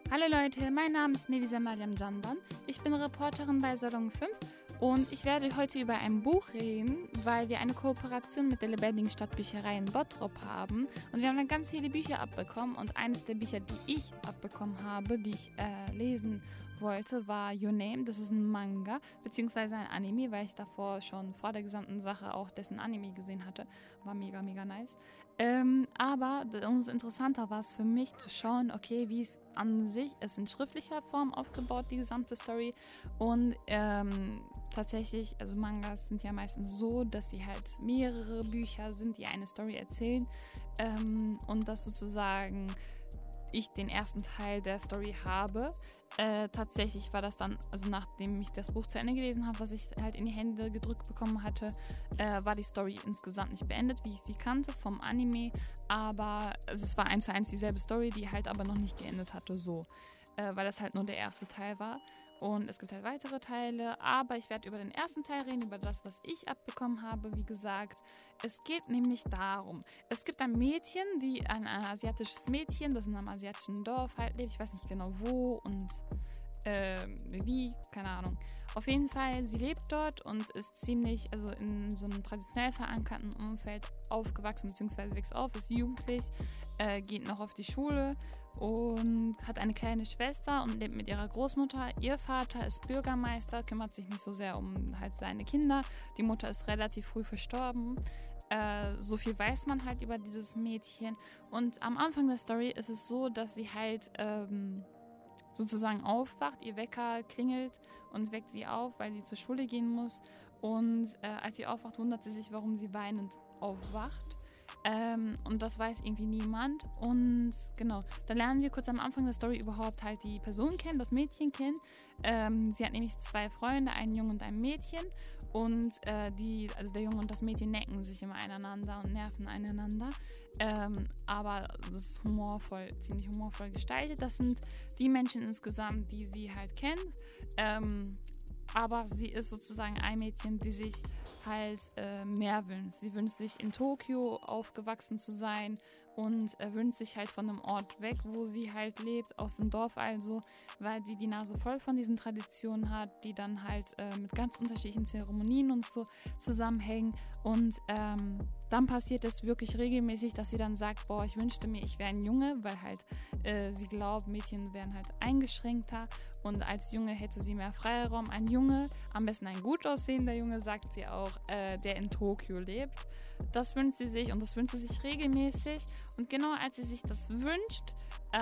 Hallo Leute, mein Name ist Mevisa Mariam Candan. Ich bin Reporterin bei Salon 5 und ich werde heute über ein Buch reden, weil wir eine Kooperation mit der Lebendigen Stadtbücherei in Bottrop haben. Und wir haben dann ganz viele Bücher abbekommen und eines der Bücher, die ich abbekommen habe, die ich lesen wollte, war Your Name. Das ist ein Manga, beziehungsweise ein Anime, weil ich davor schon vor der gesamten Sache auch dessen Anime gesehen hatte. War mega, mega nice. Aber umso interessanter war es für mich zu schauen, okay, wie es an sich ist in schriftlicher Form aufgebaut, die gesamte Story. Und tatsächlich, also Mangas sind ja meistens so, dass sie halt mehrere Bücher sind, die eine Story erzählen. Und dass sozusagen ich den ersten Teil der Story habe. Tatsächlich war das dann, also nachdem ich das Buch zu Ende gelesen habe, was ich halt in die Hände gedrückt bekommen hatte, war die Story insgesamt nicht beendet, wie ich sie kannte vom Anime, aber also es war 1:1 dieselbe Story, die halt aber noch nicht geendet hatte, so, weil das halt nur der erste Teil war. Und es gibt halt weitere Teile, aber ich werde über den ersten Teil reden, über das, was ich abbekommen habe. Wie gesagt, es geht nämlich darum, es gibt ein Mädchen, ein asiatisches Mädchen, das in einem asiatischen Dorf halt lebt. Ich weiß nicht genau wo und wie, keine Ahnung. Auf jeden Fall, sie lebt dort und ist ziemlich, also in so einem traditionell verankerten Umfeld aufgewachsen, beziehungsweise wächst auf, ist jugendlich, geht noch auf die Schule und hat eine kleine Schwester und lebt mit ihrer Großmutter. Ihr Vater ist Bürgermeister, kümmert sich nicht so sehr um halt seine Kinder. Die Mutter ist relativ früh verstorben. So viel weiß man halt über dieses Mädchen. Und am Anfang der Story ist es so, dass sie halt sozusagen aufwacht. Ihr Wecker klingelt und weckt sie auf, weil sie zur Schule gehen muss. Und als sie aufwacht, wundert sie sich, warum sie weinend aufwacht. Und das weiß irgendwie niemand. Und genau, da lernen wir kurz am Anfang der Story überhaupt halt die Person kennen, das Mädchen kennen. Sie hat nämlich 2 Freunde, einen Jungen und ein Mädchen. Und also der Junge und das Mädchen necken sich immer einander und nerven einander. Aber das ist humorvoll, ziemlich humorvoll gestaltet. Das sind die Menschen insgesamt, die sie halt kennt. Aber sie ist sozusagen ein Mädchen, die sich halt mehr wünscht. Sie wünscht sich in Tokio aufgewachsen zu sein und wünscht sich halt von dem Ort weg, wo sie halt lebt, aus dem Dorf also, weil sie die Nase voll von diesen Traditionen hat, die dann halt mit ganz unterschiedlichen Zeremonien und so zusammenhängen. Und dann passiert es wirklich regelmäßig, dass sie dann sagt, boah, ich wünschte mir, ich wäre ein Junge, weil halt sie glaubt, Mädchen wären halt eingeschränkter und als Junge hätte sie mehr Freiraum. Ein Junge, am besten ein gut aussehender Junge, sagt sie auch, der in Tokio lebt. Das wünscht sie sich und das wünscht sie sich regelmäßig. Und genau als sie sich das wünscht,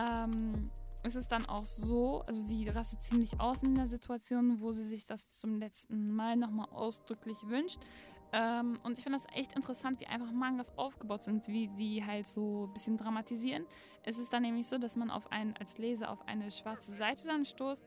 ist es dann auch so, also sie rastet ziemlich aus in der Situation, wo sie sich das zum letzten Mal nochmal ausdrücklich wünscht. Und ich finde das echt interessant, wie einfach Mangas aufgebaut sind, wie die halt so ein bisschen dramatisieren. Es ist dann nämlich so, dass man als Leser auf eine schwarze Seite dann stoßt,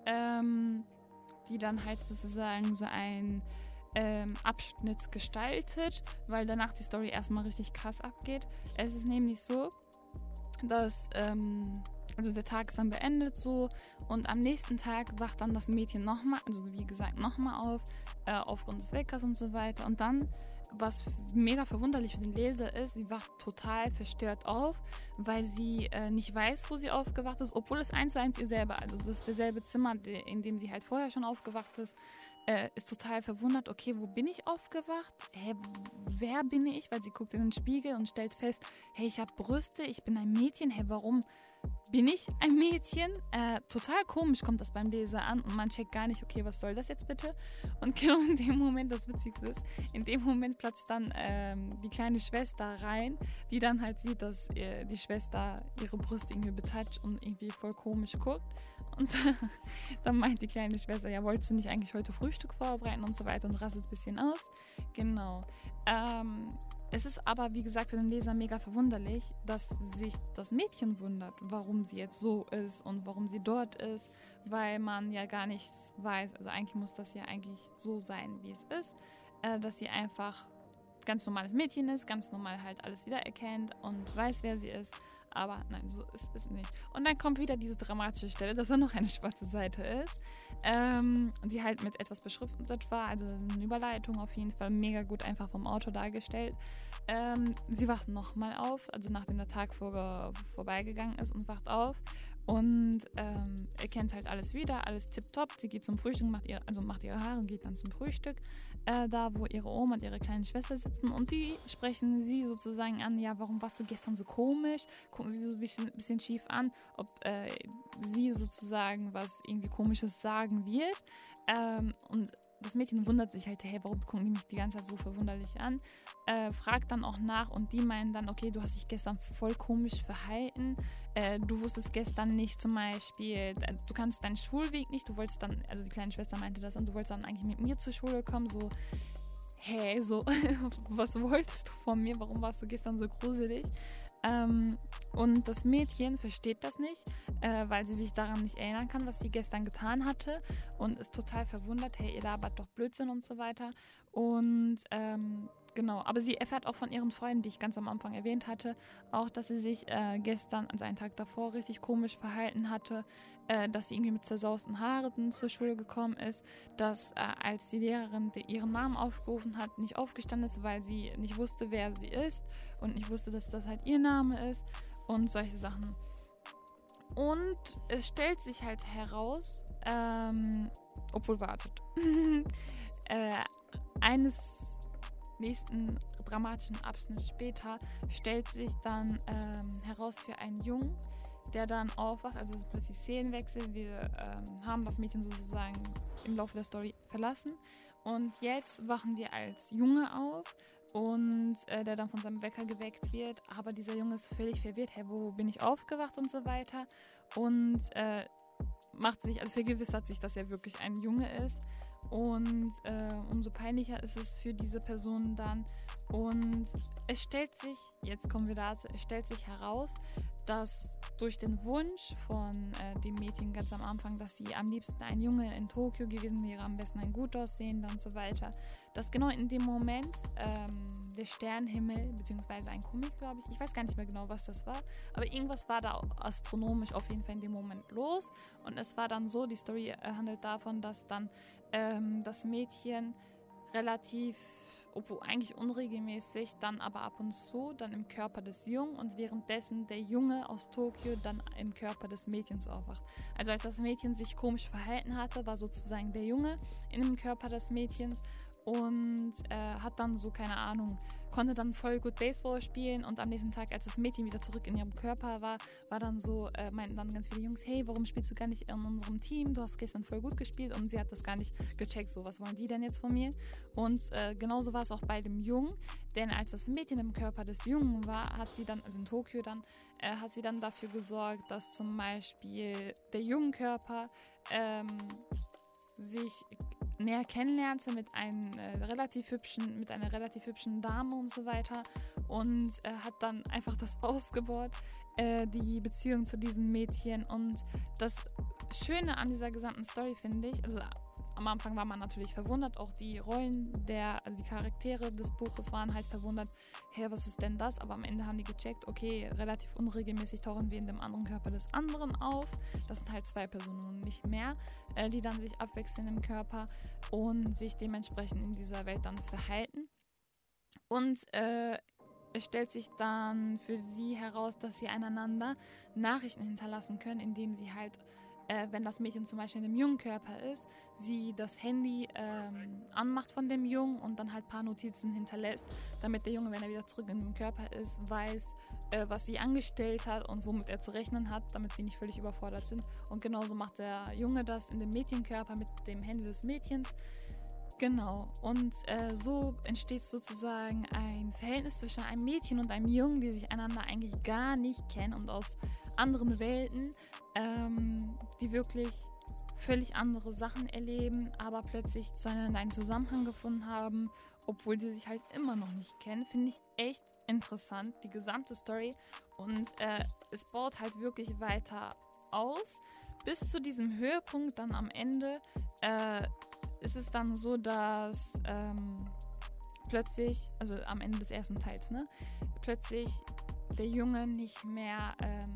die dann halt sozusagen so ein Abschnitt gestaltet, weil danach die Story erstmal richtig krass abgeht. Es ist nämlich so, dass also der Tag ist dann beendet so und am nächsten Tag wacht dann das Mädchen nochmal, also wie gesagt nochmal auf, aufgrund des Weckers und so weiter. Und dann, was mega verwunderlich für den Leser ist, sie wacht total verstört auf, weil sie nicht weiß, wo sie aufgewacht ist, obwohl es 1:1 ihr selber, also das ist derselbe Zimmer, in dem sie halt vorher schon aufgewacht ist total verwundert, okay, wo bin ich aufgewacht? Hä, wer bin ich? Weil sie guckt in den Spiegel und stellt fest, hey, ich habe Brüste, ich bin ein Mädchen, hey, warum bin ich ein Mädchen? Total komisch kommt das beim Leser an und man checkt gar nicht, okay, was soll das jetzt bitte? Und genau in dem Moment, das Witzigste ist, in dem Moment platzt dann die kleine Schwester rein, die dann halt sieht, dass die Schwester ihre Brüste irgendwie betatscht und irgendwie voll komisch guckt. Und dann meint die kleine Schwester, ja, wolltest du nicht eigentlich heute Frühstück vorbereiten und so weiter und rasselt ein bisschen aus. Genau. Es ist aber, wie gesagt, für den Leser mega verwunderlich, dass sich das Mädchen wundert, warum sie jetzt so ist und warum sie dort ist, weil man ja gar nichts weiß. Also eigentlich muss das ja eigentlich so sein, wie es ist, dass sie einfach ganz normales Mädchen ist, ganz normal halt alles wiedererkennt und weiß, wer sie ist. Aber nein, so ist es nicht. Und dann kommt wieder diese dramatische Stelle, dass da noch eine schwarze Seite ist, die halt mit etwas beschriftet war, also eine Überleitung auf jeden Fall, mega gut einfach vom Autor dargestellt. Sie wacht nochmal auf, also nachdem der Tag vorbeigegangen ist, und wacht auf und erkennt halt alles wieder, alles tipptopp. Sie geht zum Frühstück, macht ihre Haare und geht dann zum Frühstück, da wo ihre Oma und ihre kleine Schwester sitzen, und die sprechen sie sozusagen an, ja, warum warst du gestern so komisch? Gucken sie so ein bisschen schief an, ob sie sozusagen was irgendwie Komisches sagen wird. Und das Mädchen wundert sich halt, hey, warum gucken die mich die ganze Zeit so verwunderlich an? Fragt dann auch nach, und die meinen dann, okay, du hast dich gestern voll komisch verhalten. Du wusstest gestern nicht zum Beispiel, du kannst deinen Schulweg nicht, du wolltest dann, also die kleine Schwester meinte das, und du wolltest dann eigentlich mit mir zur Schule kommen, so, hey, so, was wolltest du von mir? Warum warst du gestern so gruselig? Und das Mädchen versteht das nicht, weil sie sich daran nicht erinnern kann, was sie gestern getan hatte, und ist total verwundert, hey, ihr labert doch Blödsinn und so weiter. Und genau, aber sie erfährt auch von ihren Freunden, die ich ganz am Anfang erwähnt hatte, auch, dass sie sich gestern, also einen Tag davor, richtig komisch verhalten hatte, dass sie irgendwie mit zerzausten Haaren zur Schule gekommen ist, dass als die Lehrerin ihren Namen aufgerufen hat, nicht aufgestanden ist, weil sie nicht wusste, wer sie ist, und nicht wusste, dass das halt ihr Name ist und solche Sachen. Und es stellt sich halt heraus, wartet, eines nächsten dramatischen Abschnitts später stellt sich dann heraus für einen Jungen, der dann aufwacht, also es ist plötzlich Szenenwechsel, wir haben das Mädchen sozusagen im Laufe der Story verlassen, und jetzt wachen wir als Junge auf, und der dann von seinem Wecker geweckt wird, aber dieser Junge ist völlig verwirrt, hey, wo bin ich aufgewacht und so weiter, und vergewissert sich, dass er wirklich ein Junge ist. Und umso peinlicher ist es für diese Person dann. Und es stellt sich, jetzt kommen wir dazu, es stellt sich heraus, dass durch den Wunsch von dem Mädchen ganz am Anfang, dass sie am liebsten ein Junge in Tokio gewesen wäre, am besten ein gut aussehender und so weiter, dass genau in dem Moment der Sternenhimmel, beziehungsweise ein Komet, glaube ich weiß gar nicht mehr genau, was das war, aber irgendwas war da astronomisch auf jeden Fall in dem Moment los, und es war dann so, die Story handelt davon, dass dann das Mädchen relativ, obwohl eigentlich unregelmäßig, dann aber ab und zu dann im Körper des Jungen, und währenddessen der Junge aus Tokio dann im Körper des Mädchens aufwacht. Also als das Mädchen sich komisch verhalten hatte, war sozusagen der Junge in dem Körper des Mädchens, und hat dann so, keine Ahnung, konnte dann voll gut Baseball spielen, und am nächsten Tag, als das Mädchen wieder zurück in ihrem Körper war dann so, meinten dann ganz viele Jungs, hey, warum spielst du gar nicht in unserem Team? Du hast gestern voll gut gespielt, und sie hat das gar nicht gecheckt, so, was wollen die denn jetzt von mir? Und genauso war es auch bei dem Jungen, denn als das Mädchen im Körper des Jungen war, hat sie dann, also in Tokio dann, hat sie dann dafür gesorgt, dass zum Beispiel der Jungenkörper sich näher kennenlernte mit einer relativ hübschen Dame und so weiter, und hat dann einfach das ausgebaut, die Beziehung zu diesem Mädchen. Und das Schöne an dieser gesamten Story, finde ich, also am Anfang war man natürlich verwundert, auch die Rollen, also die Charaktere des Buches waren halt verwundert, hey, was ist denn das? Aber am Ende haben die gecheckt, okay, relativ unregelmäßig tauchen wir in dem anderen Körper des anderen auf. Das sind halt 2 Personen und nicht mehr, die dann sich abwechseln im Körper und sich dementsprechend in dieser Welt dann verhalten. Und es stellt sich dann für sie heraus, dass sie einander Nachrichten hinterlassen können, indem sie halt, wenn das Mädchen zum Beispiel in dem jungen Körper ist, sie das Handy anmacht von dem Jungen und dann halt ein paar Notizen hinterlässt, damit der Junge, wenn er wieder zurück in dem Körper ist, weiß, was sie angestellt hat und womit er zu rechnen hat, damit sie nicht völlig überfordert sind. Und genauso macht der Junge das in dem Mädchenkörper mit dem Handy des Mädchens. Genau, und so entsteht sozusagen ein Verhältnis zwischen einem Mädchen und einem Jungen, die sich einander eigentlich gar nicht kennen und aus anderen Welten, die wirklich völlig andere Sachen erleben, aber plötzlich zueinander einen Zusammenhang gefunden haben, obwohl die sich halt immer noch nicht kennen. Finde ich echt interessant, die gesamte Story. Und es baut halt wirklich weiter aus, bis zu diesem Höhepunkt dann am Ende, ist es dann so, dass plötzlich, also am Ende des ersten Teils, plötzlich der Junge nicht mehr,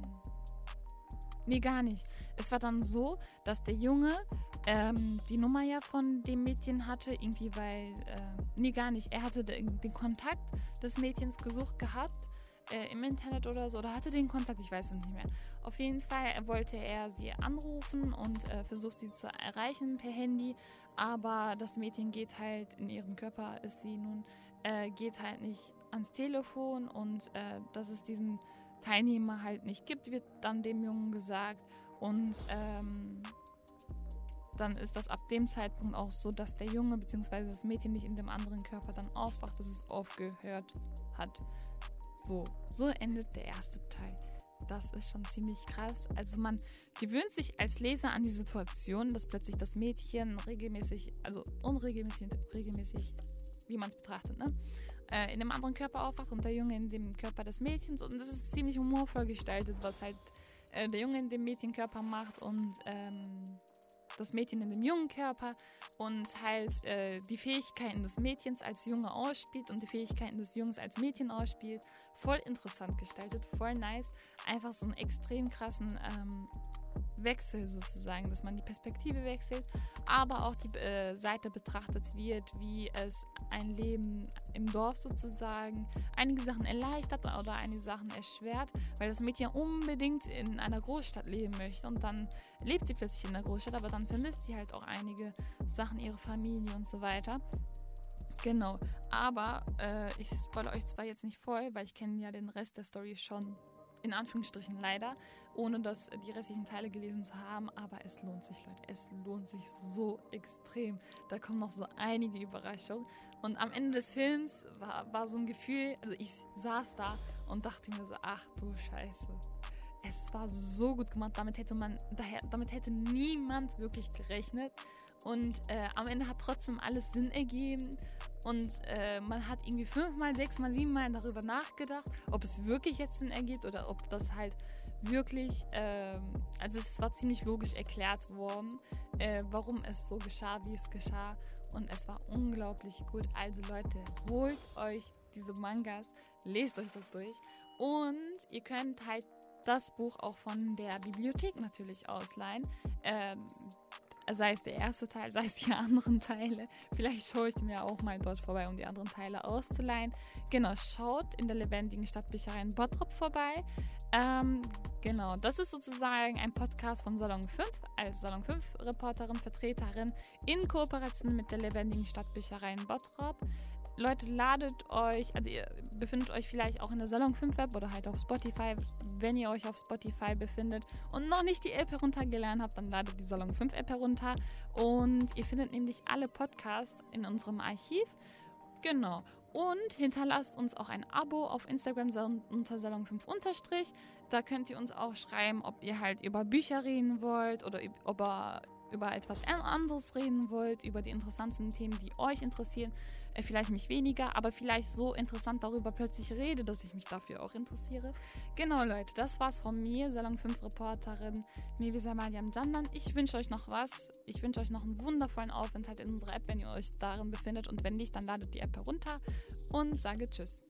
nee, gar nicht. Es war dann so, dass der Junge die Nummer ja von dem Mädchen hatte, irgendwie weil, nee, gar nicht. Er hatte den Kontakt des Mädchens gesucht gehabt, im Internet oder so, oder hatte den Kontakt, ich weiß es nicht mehr. Auf jeden Fall wollte er sie anrufen und versucht sie zu erreichen per Handy, aber das Mädchen geht halt, in ihrem Körper ist sie nun, geht halt nicht ans Telefon und dass es diesen Teilnehmer halt nicht gibt, wird dann dem Jungen gesagt und dann ist das ab dem Zeitpunkt auch so, dass der Junge bzw. das Mädchen nicht in dem anderen Körper dann aufwacht, dass es aufgehört hat. So endet der erste Teil. Das ist schon ziemlich krass. Also man gewöhnt sich als Leser an die Situation, dass plötzlich das Mädchen regelmäßig, also regelmäßig, wie man es betrachtet, ne? In dem anderen Körper aufwacht und der Junge in dem Körper des Mädchens. Und das ist ziemlich humorvoll gestaltet, was halt der Junge in dem Mädchenkörper macht und das Mädchen in dem jungen Körper und halt die Fähigkeiten des Mädchens als Junge ausspielt und die Fähigkeiten des Jungs als Mädchen ausspielt. Voll interessant gestaltet, voll nice. Einfach so einen extrem krassen Wechsel sozusagen, dass man die Perspektive wechselt, aber auch die Seite betrachtet wird, wie es ein Leben im Dorf sozusagen einige Sachen erleichtert oder einige Sachen erschwert, weil das Mädchen unbedingt in einer Großstadt leben möchte und dann lebt sie plötzlich in der Großstadt, aber dann vermisst sie halt auch einige Sachen, ihre Familie und so weiter. Genau, aber ich spoilere euch zwar jetzt nicht voll, weil ich kenne ja den Rest der Story schon, in Anführungsstrichen leider, ohne dass die restlichen Teile gelesen zu haben, aber es lohnt sich, Leute, es lohnt sich so extrem. Da kommen noch so einige Überraschungen und am Ende des Films war so ein Gefühl, also ich saß da und dachte mir so, ach du Scheiße, es war so gut gemacht, damit hätte niemand wirklich gerechnet und am Ende hat trotzdem alles Sinn ergeben. Und man hat irgendwie 5-mal, 6-mal, 7-mal darüber nachgedacht, ob es wirklich jetzt Sinn ergibt oder ob das halt wirklich, also es war ziemlich logisch erklärt worden, warum es so geschah, wie es geschah. Und es war unglaublich gut. Also Leute, holt euch diese Mangas, lest euch das durch. Und ihr könnt halt das Buch auch von der Bibliothek natürlich ausleihen. Sei es der erste Teil, sei es die anderen Teile. Vielleicht schaue ich mir auch mal dort vorbei, um die anderen Teile auszuleihen. Genau, schaut in der lebendigen Stadtbücherei in Bottrop vorbei. Genau, das ist sozusagen ein Podcast von Salon 5 als Salon 5 Reporterin, Vertreterin in Kooperation mit der lebendigen Stadtbücherei in Bottrop. Leute, ladet euch, also ihr befindet euch vielleicht auch in der Salon 5 App oder halt auf Spotify. Wenn ihr euch auf Spotify befindet und noch nicht die App heruntergeladen habt, dann ladet die Salon 5 App herunter und ihr findet nämlich alle Podcasts in unserem Archiv. Genau. Und hinterlasst uns auch ein Abo auf Instagram unter Salon5_. Da könnt ihr uns auch schreiben, ob ihr halt über Bücher reden wollt oder ob ihr über etwas anderes reden wollt, über die interessantesten Themen, die euch interessieren. Vielleicht mich weniger, aber vielleicht so interessant darüber plötzlich rede, dass ich mich dafür auch interessiere. Genau, Leute, das war's von mir, Salon 5 Reporterin Mevisa Mariam Candan. Ich wünsche euch noch was. Ich wünsche euch noch einen wundervollen Aufenthalt in unserer App, wenn ihr euch darin befindet. Und wenn nicht, dann ladet die App herunter und sage Tschüss.